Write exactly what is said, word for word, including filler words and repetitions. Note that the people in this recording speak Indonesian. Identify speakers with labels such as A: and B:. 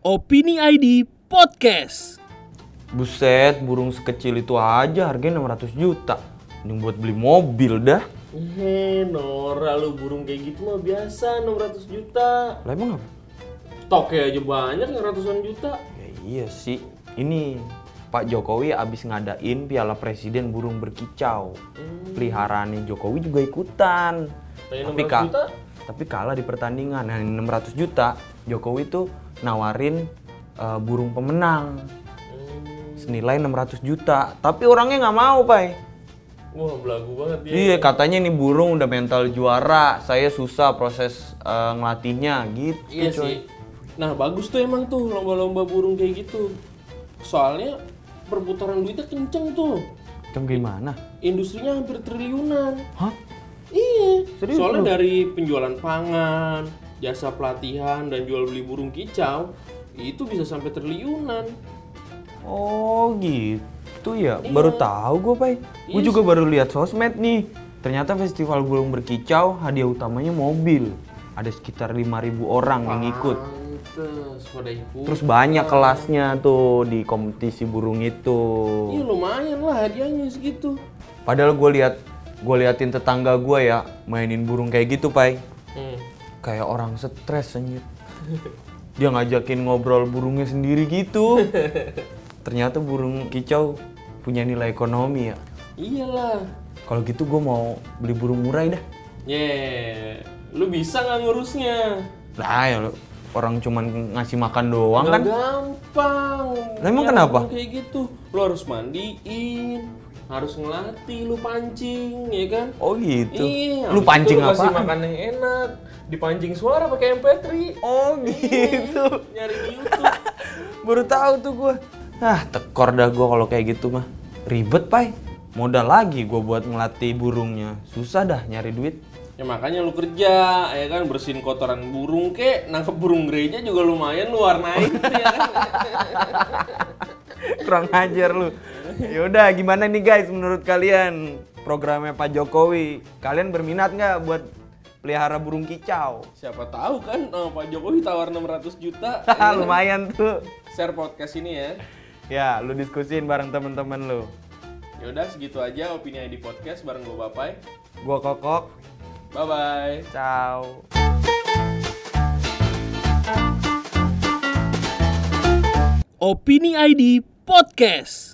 A: Opini I D Podcast.
B: Buset, burung sekecil itu aja harganya enam ratus juta. Ini buat beli mobil dah.
C: Hehe, Nora, lu burung kayak gitu mah biasa enam ratus juta.
B: Lah emang apa?
C: Stoknya aja banyak yang ratusan juta.
B: Ya iya sih. Ini Pak Jokowi abis ngadain Piala Presiden burung berkicau. Hmm. Peliharaannya Jokowi juga ikutan.
C: Kayak
B: Tapi,
C: enam ratus
B: ka-
C: juta?
B: tapi kalah di pertandingan. Nah, enam ratus juta Jokowi tuh nawarin uh, burung pemenang.
C: Hmm.
B: Senilai enam ratus juta. Tapi orangnya nggak mau, Pai.
C: Wah, belagu banget dia.
B: Iya, katanya nih burung udah mental juara. Saya susah proses uh, ngelatihnya gitu.
C: Iya
B: coy.
C: sih. Nah, bagus tuh emang tuh lomba-lomba burung kayak gitu. Soalnya perputaran duitnya kenceng tuh.
B: Kenceng gimana?
C: Industrinya hampir triliunan.
B: Hah?
C: Iya.
B: Serius
C: Soalnya
B: lu?
C: dari penjualan pangan, jasa pelatihan, dan jual beli burung kicau, itu bisa sampai triliunan.
B: Oh gitu ya,
C: Iya.
B: baru tahu gue, Pai. Gue
C: Iya
B: juga
C: sih.
B: baru lihat sosmed nih. Ternyata festival burung berkicau hadiah utamanya mobil. Ada sekitar lima ribu orang yang ikut.
C: Pantes, pada ikut.
B: Terus banyak kelasnya tuh di kompetisi burung itu.
C: Iya lumayan lah hadiahnya segitu.
B: Padahal gue lihat, gue liatin tetangga gue ya mainin burung kayak gitu, Pai.
C: Hmm.
B: Kayak orang stres anjir. Dia ngajakin ngobrol burungnya sendiri gitu. Ternyata burung kicau punya nilai ekonomi ya.
C: Iyalah.
B: Kalau gitu gue mau beli burung murai dah.
C: Yeah. Lu bisa nggak ngurusnya?
B: Lah ya orang cuman ngasih makan doang
C: Nggak
B: kan.
C: gampang.
B: Lah, emang
C: Ya,
B: kenapa?
C: Kayak gitu. Lu harus mandiin, harus ngelatih, lu pancing, ya kan?
B: Oh gitu.
C: Iya.
B: Lu
C: habis
B: pancing
C: itu lu kasih
B: apaan?
C: makan yang enak. Dipancing suara pakai M P tiga.
B: Oh gitu.
C: Nyari di YouTube.
B: Baru tahu tuh gue. Ah tekor dah gue kalau kayak gitu mah. Ribet, Pai. Modal lagi gue buat ngelatih burungnya. Susah dah nyari duit.
C: Ya makanya lu kerja, ya kan, bersihin kotoran burung kek, nangkep burung gereja juga lumayan lu warnain gitu ya kan.
B: Kurang ajar lu. Yaudah, gimana nih guys menurut kalian programnya Pak Jokowi? Kalian berminat nggak buat pelihara burung kicau?
C: Siapa tahu kan oh, Pak Jokowi tawar enam ratus juta.
B: Lumayan tuh.
C: Share podcast ini ya.
B: Ya, lu diskusin bareng temen-temen lu.
C: Ya udah segitu aja opini I D podcast bareng gue Bapai.
B: Gua Kokok.
C: Bye bye.
B: Ciao.
A: Opini I D Podcast.